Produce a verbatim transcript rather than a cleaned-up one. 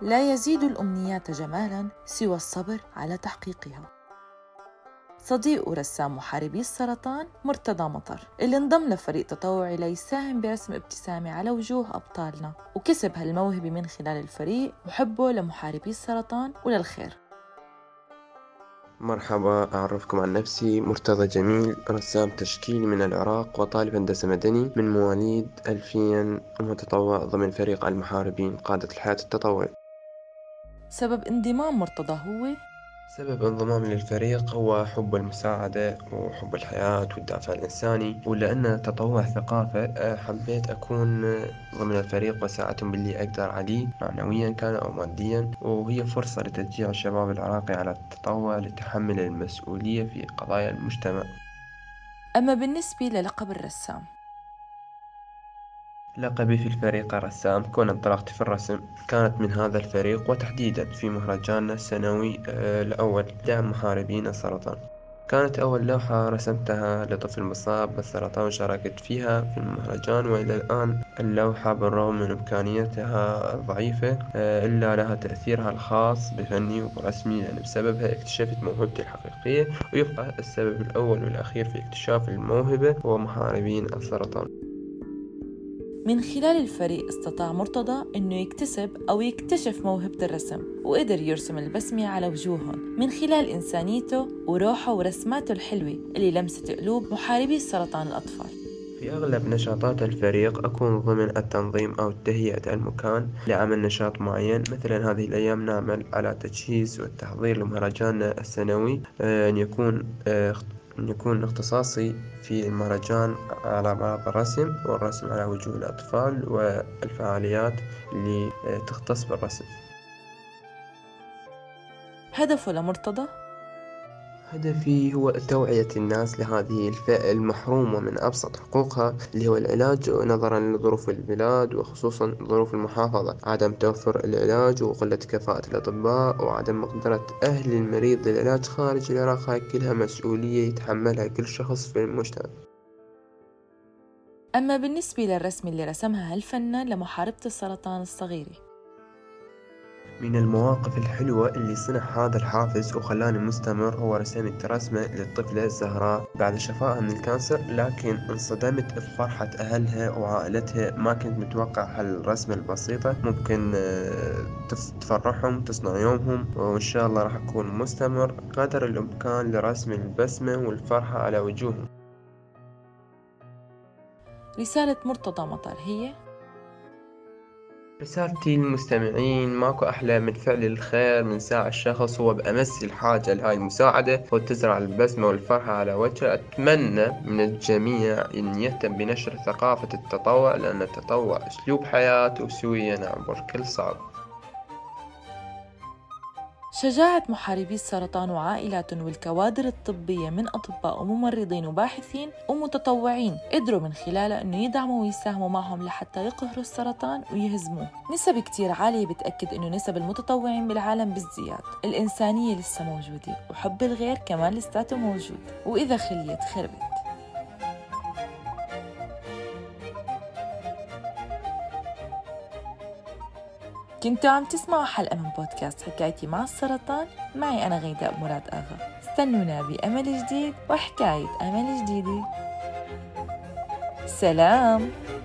لا يزيد الأمنيات جمالاً سوى الصبر على تحقيقها. صديق ورسام محاربي السرطان مرتضى مطر اللي انضم لفريق تطوعي ليساهم برسم ابتسامة على وجوه أبطالنا، وكسب هالموهبة من خلال الفريق وحبه لمحاربي السرطان وللخير. مرحبا، أعرفكم عن نفسي. مرتضى جميل، رسام تشكيلي من العراق وطالب هندسة مدني من مواليد ألفين، ومتطوع ضمن فريق المحاربين قادة الحياة التطوعي. سبب انضمام مرتضى هو سبب انضمامي للفريق هو حب المساعدة وحب الحياة والدافع الإنساني، ولأن التطوع ثقافة حبيت أكون ضمن الفريق وساعدهم باللي أقدر عليه معنويا كان أو ماديا، وهي فرصة لتشجيع الشباب العراقي على التطوع لتحمل المسؤولية في قضايا المجتمع. أما بالنسبة للقب الرسام، لقبي في الفريق رسام كون انطلاقتي في الرسم كانت من هذا الفريق، وتحديدا في مهرجاننا السنوي الأول دعم محاربين السرطان. كانت أول لوحة رسمتها لطفل مصاب بالسرطان وشاركت فيها في المهرجان، وإلى الآن اللوحة بالرغم من إمكانياتها الضعيفة إلا لها تأثيرها الخاص بفني وبرسمي، لأن بسببها اكتشفت موهبتي الحقيقية. ويبقى السبب الأول والأخير في اكتشاف الموهبة هو محاربين السرطان. من خلال الفريق استطاع مرتضى إنه يكتسب أو يكتشف موهبة الرسم، وقدر يرسم البسمة على وجوههم من خلال إنسانيته وروحه ورسماته الحلوة اللي لمست قلوب محاربي سرطان الأطفال. في أغلب نشاطات الفريق أكون ضمن التنظيم أو تهيئة المكان لعمل نشاط معين. مثلا هذه الأيام نعمل على تجهيز والتحضير لمهرجاننا السنوي، أن يكون أن يكون اختصاصي في المهرجان على بعض الرسم والرسم على وجوه الأطفال والفعاليات اللي تختص بالرسم. هدفه لمرتضى هدفي هو توعية الناس لهذه الفئة المحرومة من أبسط حقوقها اللي هو العلاج، نظرا لظروف البلاد وخصوصا ظروف المحافظة، عدم توفر العلاج وقلة كفاءة الأطباء وعدم مقدرة أهل المريض للعلاج خارج العراق. هاي كلها مسؤولية يتحملها كل شخص في المجتمع. أما بالنسبة للرسم اللي رسمها هالفنان لمحاربة السرطان الصغيرة، من المواقف الحلوة اللي صنع هذا الحافز وخلاني مستمر هو رسمت رسمة للطفلة الزهراء بعد شفائها من الكانسر، لكن انصدمت بفرحة أهلها وعائلتها. ما كنت متوقع هالرسمة البسيطة ممكن تفرحهم تصنع يومهم، وإن شاء الله راح أكون مستمر قدر الإمكان لرسم البسمة والفرحة على وجوههم. رسالة مرتضى مطر هي رسالتي للمستمعين: ماكو أحلى من فعل الخير من ساعة الشخص هو بأمس الحاجة لهاي المساعدة وتزرع البسمة والفرحة على وجهه. أتمنى من الجميع أن يهتم بنشر ثقافة التطوع، لأن التطوع أسلوب حياة وسوية نعبر كل صعب. شجاعة محاربي السرطان وعائلاتهم والكوادر الطبية من أطباء وممرضين وباحثين ومتطوعين قدروا من خلالها أنه يدعموا ويساهموا معهم لحتى يقهروا السرطان ويهزموه. نسب كتير عالية بتأكد أنه نسب المتطوعين بالعالم بالزياد. الإنسانية لسه موجودة وحب الغير كمان لساته موجود، وإذا خليت خربت. كنتوا عم تسمعوا حلقة من بودكاست حكايتي مع السرطان، معي أنا غيداء مراد آغا. استنونا بأمل جديد وحكاية أمل جديدة. سلام.